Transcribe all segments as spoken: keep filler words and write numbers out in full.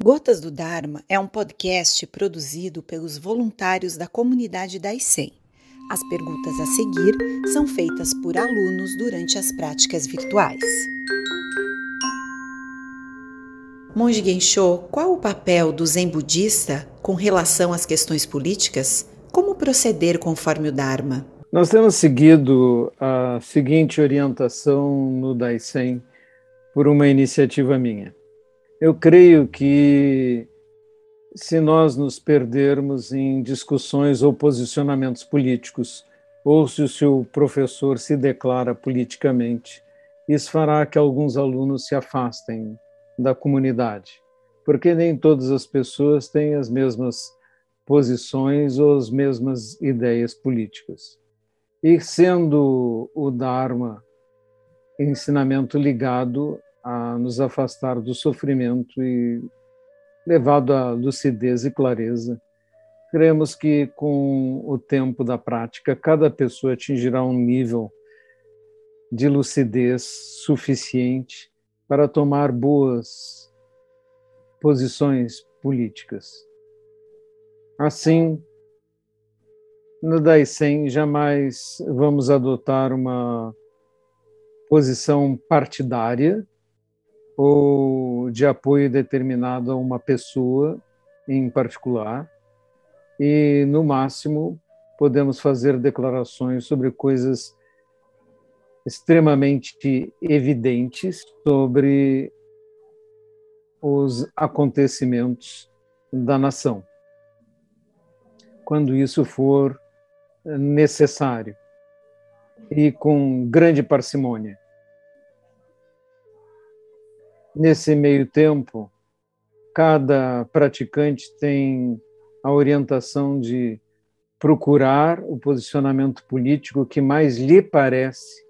Gotas do Dharma é um podcast produzido pelos voluntários da comunidade da Icém. As perguntas a seguir são feitas por alunos durante as práticas virtuais. Monge Gensho, qual o papel do Zen budista com relação às questões políticas? Como proceder conforme o Dharma? Nós temos seguido a seguinte orientação no Daisen por uma iniciativa minha. Eu creio que se nós nos perdermos em discussões ou posicionamentos políticos, ou se o seu professor se declara politicamente, isso fará que alguns alunos se afastem da comunidade, porque nem todas as pessoas têm as mesmas posições ou as mesmas ideias políticas. E sendo o Dharma ensinamento ligado a nos afastar do sofrimento e levado à lucidez e clareza, cremos que com o tempo da prática, cada pessoa atingirá um nível de lucidez suficiente para tomar boas posições políticas. Assim, no Daisen, jamais vamos adotar uma posição partidária ou de apoio determinado a uma pessoa em particular, e, no máximo, podemos fazer declarações sobre coisas extremamente evidentes sobre os acontecimentos da nação, quando isso for necessário e com grande parcimônia. Nesse meio tempo, cada praticante tem a orientação de procurar o posicionamento político que mais lhe parece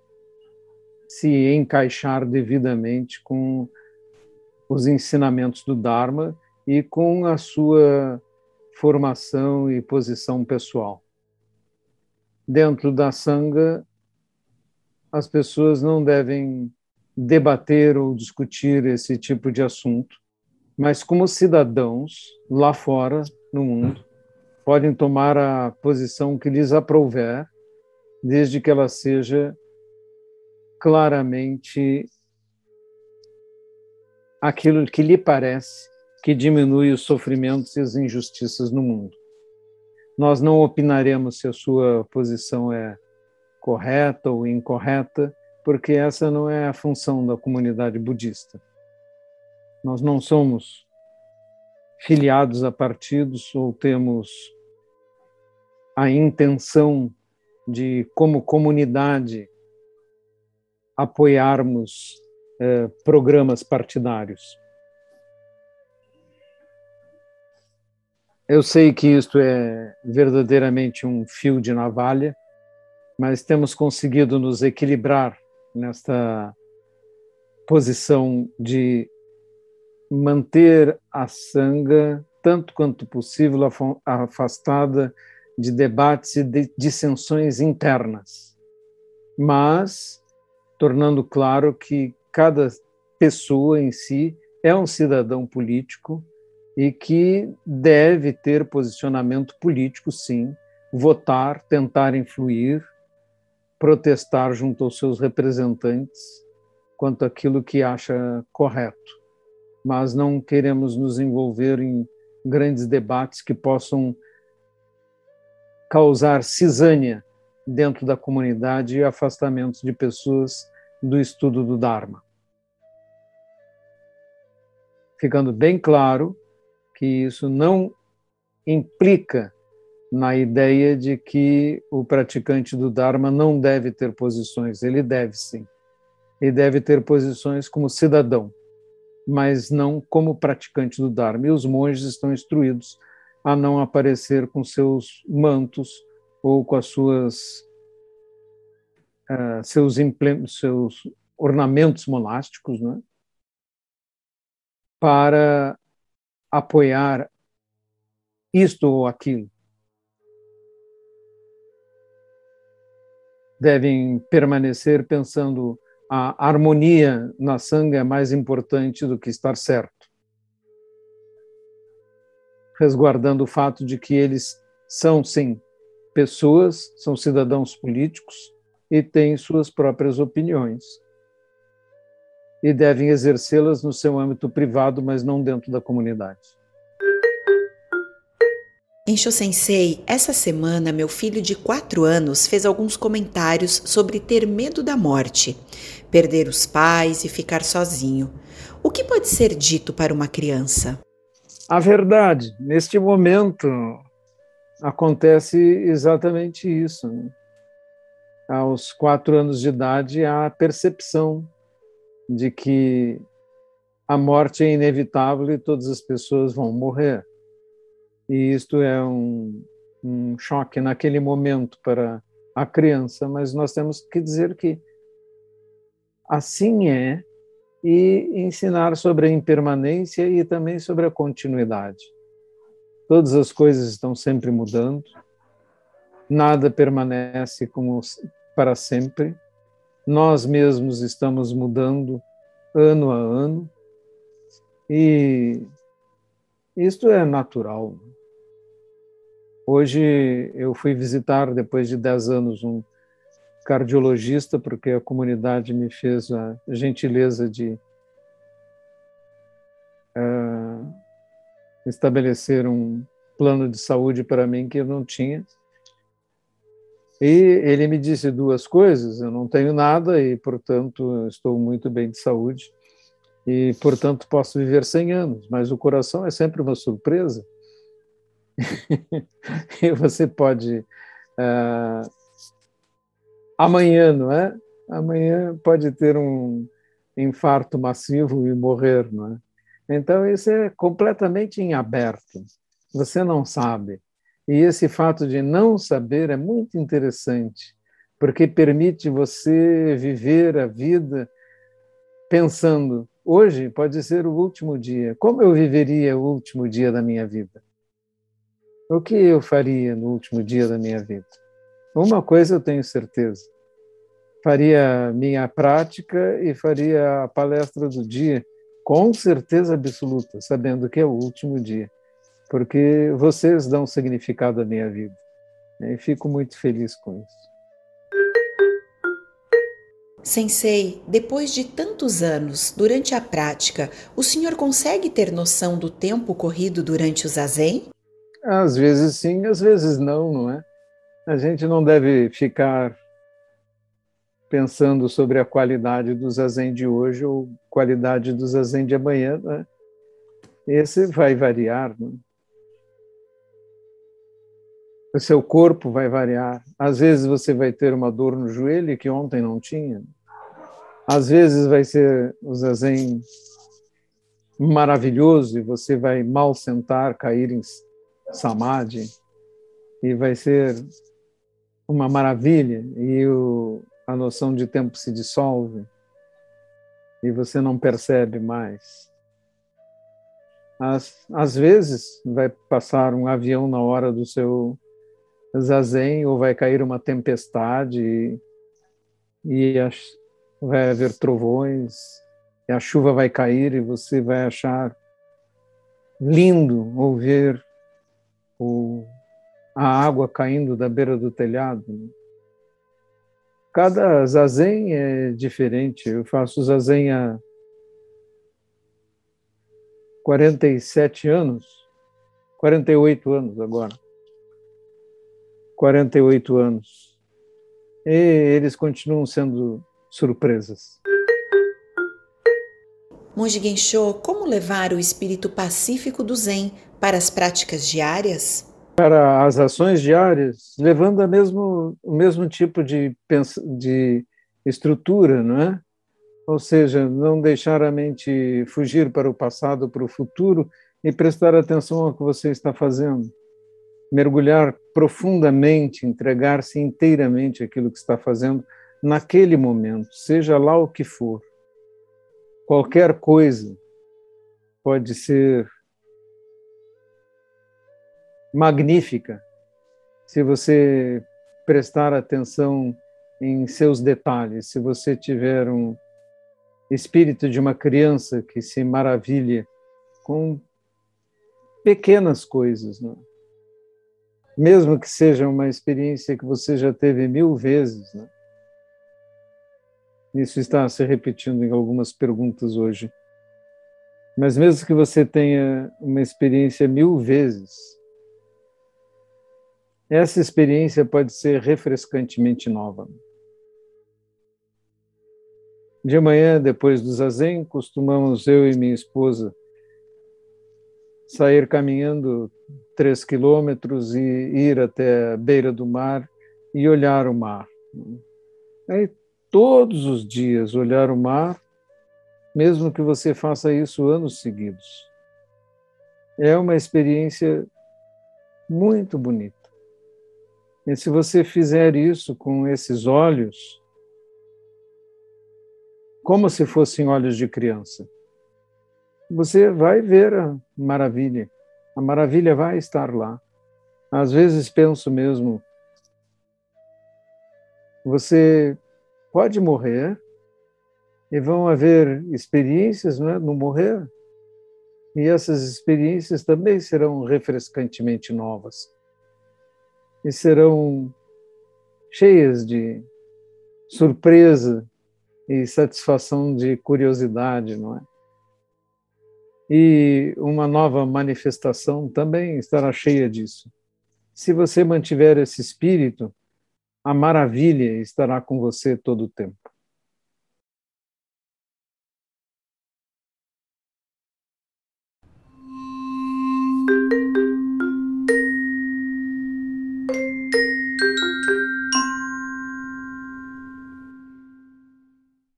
se encaixar devidamente com os ensinamentos do Dharma e com a sua formação e posição pessoal. Dentro da Sangha, as pessoas não devem debater ou discutir esse tipo de assunto, mas como cidadãos lá fora, no mundo, podem tomar a posição que lhes aprouver, desde que ela seja claramente aquilo que lhe parece que diminui os sofrimentos e as injustiças no mundo. Nós não opinaremos se a sua posição é correta ou incorreta, porque essa não é a função da comunidade budista. Nós não somos filiados a partidos ou temos a intenção de, como comunidade, apoiarmos eh, programas partidários. Eu sei que isto é verdadeiramente um fio de navalha, mas temos conseguido nos equilibrar nesta posição de manter a Sangha, tanto quanto possível, afastada de debates e de dissensões internas, mas tornando claro que cada pessoa em si é um cidadão político e que deve ter posicionamento político, sim, votar, tentar influir, protestar junto aos seus representantes quanto àquilo que acha correto. Mas não queremos nos envolver em grandes debates que possam causar cisânia dentro da comunidade e afastamentos de pessoas do estudo do Dharma. Ficando bem claro que isso não implica na ideia de que o praticante do Dharma não deve ter posições. Ele deve, sim. Ele deve ter posições como cidadão, mas não como praticante do Dharma. E os monges estão instruídos a não aparecer com seus mantos ou com as suas, uh, seus, seus ornamentos monásticos, né, para apoiar isto ou aquilo. Devem permanecer pensando a harmonia na Sangha é mais importante do que estar certo. resguardando o fato de que eles são, sim, pessoas, são cidadãos políticos e têm suas próprias opiniões. E devem exercê-las no seu âmbito privado, mas não dentro da comunidade. Ensho Sensei, essa semana meu filho de quatro anos fez alguns comentários sobre ter medo da morte, perder os pais e ficar sozinho. O que pode ser dito para uma criança? A verdade, neste momento, acontece exatamente isso. Aos quatro anos de idade, há a percepção de que a morte é inevitável e todas as pessoas vão morrer. E isto é um, um choque naquele momento para a criança, mas nós temos que dizer que assim é, e ensinar sobre a impermanência e também sobre a continuidade. Todas as coisas estão sempre mudando, nada permanece como para sempre, nós mesmos estamos mudando ano a ano, e isto é natural. Hoje eu fui visitar, depois de dez anos, um cardiologista, porque a comunidade me fez a gentileza de uh, estabelecer um plano de saúde para mim que eu não tinha. E ele me disse duas coisas: eu não tenho nada e, portanto, estou muito bem de saúde e, portanto, posso viver cem anos, mas o coração é sempre uma surpresa. E você pode... Uh, amanhã, não é? Amanhã pode ter um infarto massivo e morrer, não é? Então, isso é completamente em aberto. Você não sabe. E esse fato de não saber é muito interessante, porque permite você viver a vida pensando, hoje pode ser o último dia. Como eu viveria o último dia da minha vida? O que eu faria no último dia da minha vida? Uma coisa eu tenho certeza: faria minha prática e faria a palestra do dia, com certeza absoluta, sabendo que é o último dia, porque vocês dão significado à minha vida. E fico muito feliz com isso. Sensei, depois de tantos anos, durante a prática, o senhor consegue ter noção do tempo corrido durante o zazen? Às vezes sim, às vezes não, não é? A gente não deve ficar pensando sobre a qualidade do zazen de hoje ou qualidade do zazen de amanhã, né? Esse vai variar, né? O seu corpo vai variar. Às vezes você vai ter uma dor no joelho que ontem não tinha. Às vezes vai ser o zazen maravilhoso e você vai mal sentar, cair em samadhi, e vai ser uma maravilha, e o, a noção de tempo se dissolve e você não percebe mais. Às, às vezes vai passar um avião na hora do seu zazen, ou vai cair uma tempestade e, e a, vai haver trovões, e a chuva vai cair e você vai achar lindo ouvir o, a água caindo da beira do telhado. Cada zazen é diferente. Eu faço zazen há quarenta e sete anos, quarenta e oito anos agora. quarenta e oito anos. E eles continuam sendo surpresas. Monge Gensho, como levar o espírito pacífico do Zen para as práticas diárias? Para as ações diárias, levando a mesmo, o mesmo tipo de, de estrutura, não é? Ou seja, não deixar a mente fugir para o passado, para o futuro, e prestar atenção ao que você está fazendo. Mergulhar profundamente, entregar-se inteiramente àquilo que está fazendo naquele momento, seja lá o que for. Qualquer coisa pode ser magnífica se você prestar atenção em seus detalhes, se você tiver um espírito de uma criança que se maravilha com pequenas coisas, né? Mesmo que seja uma experiência que você já teve mil vezes, né? Isso está se repetindo em algumas perguntas hoje. Mas mesmo que você tenha uma experiência mil vezes, essa experiência pode ser refrescantemente nova. De manhã, depois do zazen, costumamos, eu e minha esposa, sair caminhando três quilômetros e ir até a beira do mar e olhar o mar. Aí, todos os dias, olhar o mar, mesmo que você faça isso anos seguidos. É uma experiência muito bonita. E se você fizer isso com esses olhos, como se fossem olhos de criança, você vai ver a maravilha. A maravilha vai estar lá. Às vezes penso mesmo, você pode morrer e vão haver experiências, não é, no morrer. E essas experiências também serão refrescantemente novas. E serão cheias de surpresa e satisfação de curiosidade, não é? E uma nova manifestação também estará cheia disso. Se você mantiver esse espírito, a maravilha estará com você todo o tempo.